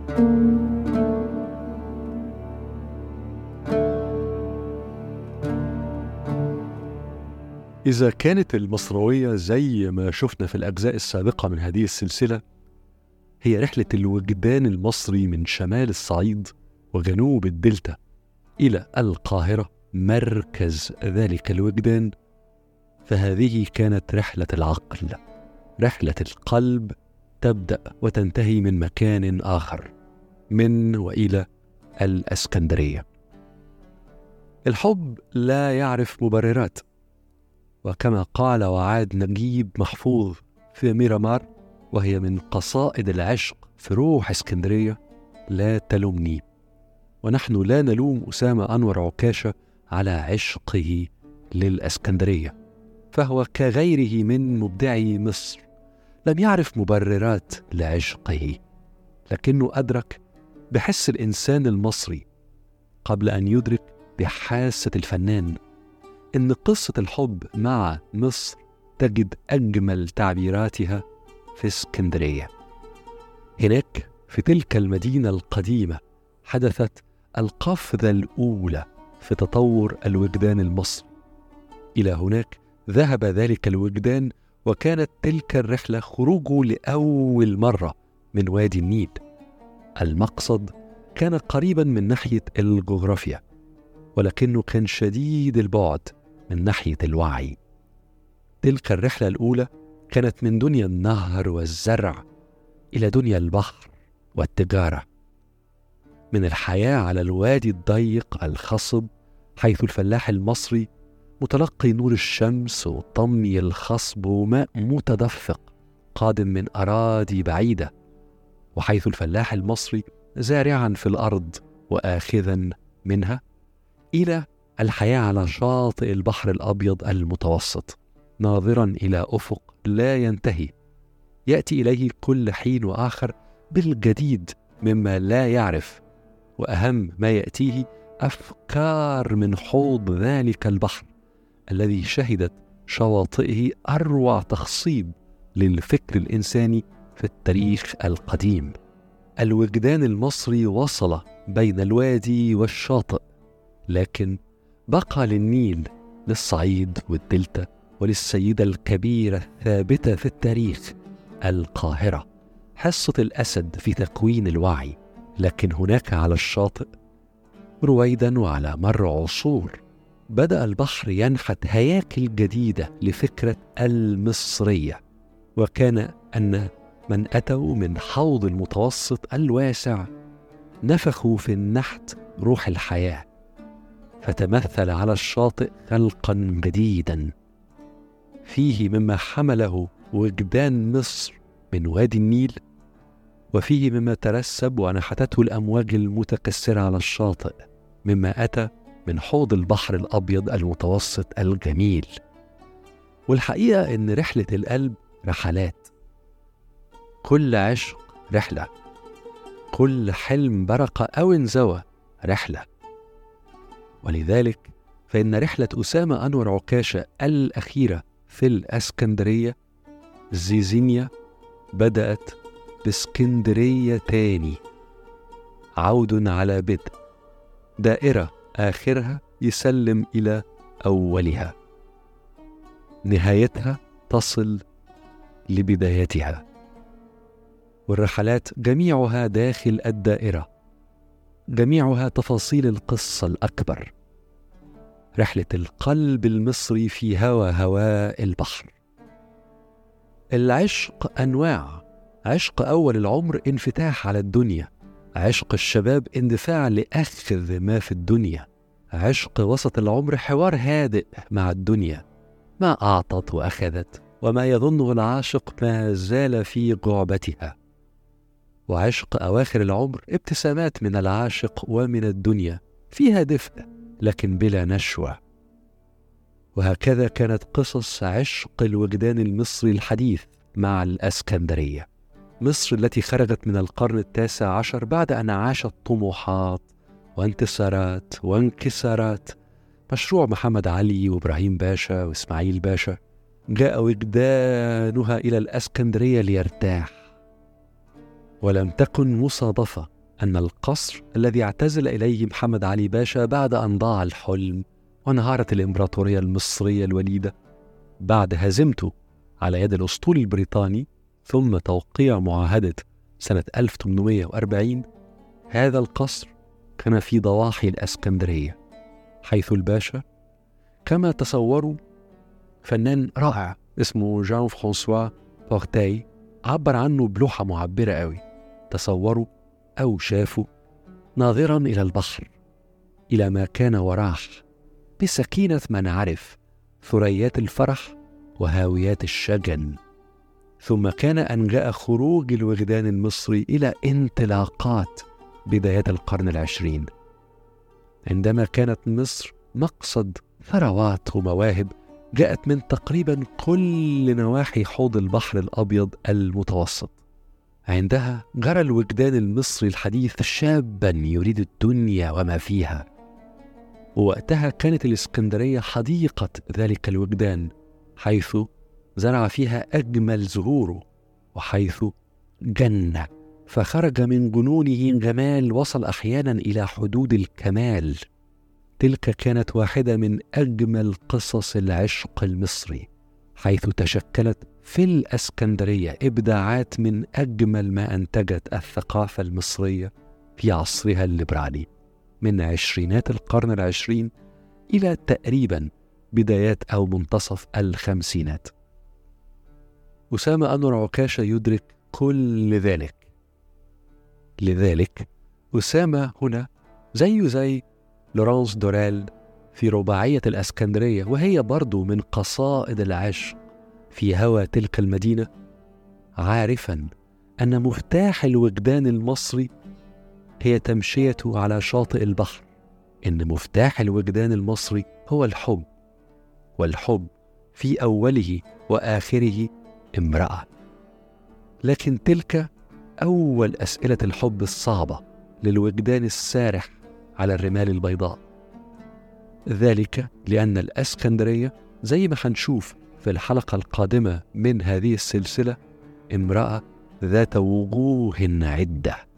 إذا كانت المصروية زي ما شفنا في الأجزاء السابقة من هذه السلسلة هي رحلة الوجدان المصري من شمال الصعيد وجنوب الدلتا إلى القاهرة مركز ذلك الوجدان، فهذه كانت رحلة العقل، رحلة القلب، تبدأ وتنتهي من مكان آخر، من وإلى الإسكندرية. الحب لا يعرف مبررات، وكما قال وعاد نجيب محفوظ في ميرامار وهي من قصائد العشق في روح اسكندرية: لا تلومني. ونحن لا نلوم أسامة أنور عكاشة على عشقه للإسكندرية، فهو كغيره من مبدعي مصر لم يعرف مبررات لعشقه، لكنه أدرك بحس الإنسان المصري قبل أن يدرك بحاسة الفنان إن قصة الحب مع مصر تجد أجمل تعبيراتها في اسكندرية. هناك في تلك المدينة القديمة حدثت القفزة الأولى في تطور الوجدان المصري. إلى هناك ذهب ذلك الوجدان، وكانت تلك الرحلة خروجه لأول مرة من وادي النيل. المقصد كان قريبا من ناحية الجغرافيا، ولكنه كان شديد البعد من ناحية الوعي. تلك الرحلة الأولى كانت من دنيا النهر والزرع إلى دنيا البحر والتجارة، من الحياة على الوادي الضيق الخصب حيث الفلاح المصري متلقي نور الشمس وطمي الخصب وماء متدفق قادم من أراضي بعيدة، وحيث الفلاح المصري زارعا في الأرض وآخذا منها، إلى الحياة على شاطئ البحر الأبيض المتوسط ناظرا إلى أفق لا ينتهي يأتي إليه كل حين وآخر بالجديد مما لا يعرف، وأهم ما يأتيه أفكار من حوض ذلك البحر الذي شهدت شواطئه أروع تخصيب للفكر الإنساني في التاريخ القديم. الوجدان المصري وصل بين الوادي والشاطئ، لكن بقى للنيل، للصعيد والدلتا، وللسيدة الكبيرة الثابتة في التاريخ القاهرة حصة الأسد في تكوين الوعي. لكن هناك على الشاطئ رويدا وعلى مر عصور بدأ البحر ينحت هياكل جديدة لفكرة المصرية، وكان أن من أتوا من حوض المتوسط الواسع نفخوا في النحت روح الحياة، فتمثل على الشاطئ خلقا جديدا فيه مما حمله وجدان مصر من وادي النيل، وفيه مما ترسب ونحتته الأمواج المتكسرة على الشاطئ مما أتى من حوض البحر الأبيض المتوسط الجميل. والحقيقة إن رحلة القلب رحلات، كل عشق رحلة، كل حلم برق أو انزوى رحلة. ولذلك فإن رحلة أسامة أنور عكاشة الأخيرة في الإسكندرية زيزينيا بدأت باسكندرية تاني، عود على بدء، دائرة آخرها يسلم إلى أولها، نهايتها تصل لبدايتها، والرحلات جميعها داخل الدائرة، جميعها تفاصيل القصة الأكبر، رحلة القلب المصري في هواء البحر. العشق أنواع: عشق أول العمر انفتاح على الدنيا، عشق الشباب اندفاع لأخذ ما في الدنيا، عشق وسط العمر حوار هادئ مع الدنيا، ما أعطت وأخذت وما يظنه العاشق ما زال في جعبتها، وعشق أواخر العمر ابتسامات من العاشق ومن الدنيا فيها دفء لكن بلا نشوة. وهكذا كانت قصص عشق الوجدان المصري الحديث مع الإسكندرية، مصر التي خرجت من القرن التاسع عشر بعد أن عاشت طموحات وانتصارات وانكسارات. مشروع محمد علي وإبراهيم باشا وإسماعيل باشا جاء وجدانها إلى الإسكندرية ليرتاح، ولم تكن مصادفة أن القصر الذي اعتزل إليه محمد علي باشا بعد أن ضاع الحلم وانهارت الإمبراطورية المصرية الوليدة بعد هزيمته على يد الأسطول البريطاني ثم توقيع معاهدة سنة 1840، هذا القصر كان في ضواحي الإسكندرية، حيث الباشا كما تصوروا فنان رائع اسمه جان فرانسوا بورتاي عبر عنه بلوحة معبرة قوي. تصوروا أو شافوا ناظرا إلى البحر، إلى ما كان وراه، بسكينة من عرف ثريات الفرح وهاويات الشجن. ثم كان أن جاء خروج الوجدان المصري إلى انطلاقات بدايات القرن العشرين، عندما كانت مصر مقصد ثروات ومواهب جاءت من تقريبا كل نواحي حوض البحر الأبيض المتوسط. عندها جرى الوجدان المصري الحديث شابا يريد الدنيا وما فيها، ووقتها كانت الإسكندرية حديقة ذلك الوجدان، حيث زرع فيها أجمل زهوره، وحيث جنة فخرج من جنونه جمال وصل أحيانا إلى حدود الكمال. تلك كانت واحدة من أجمل قصص العشق المصري، حيث تشكلت في الإسكندرية إبداعات من أجمل ما أنتجت الثقافة المصرية في عصرها الليبرالي من عشرينات القرن العشرين إلى تقريبا بدايات أو منتصف الخمسينات. أسامة أنور عكاشة يدرك كل ذلك، لذلك أسامة هنا زي لورانس دوريل في رباعية الإسكندرية، وهي برضو من قصائد العشق في هوى تلك المدينة، عارفا أن مفتاح الوجدان المصري هي تمشيته على شاطئ البحر، إن مفتاح الوجدان المصري هو الحب، والحب في أوله وآخره امرأة. لكن تلك أول أسئلة الحب الصعبة للوجدان السارح على الرمال البيضاء، ذلك لأن الإسكندرية زي ما هنشوف في الحلقة القادمة من هذه السلسلة امرأة ذات وجوه عدة.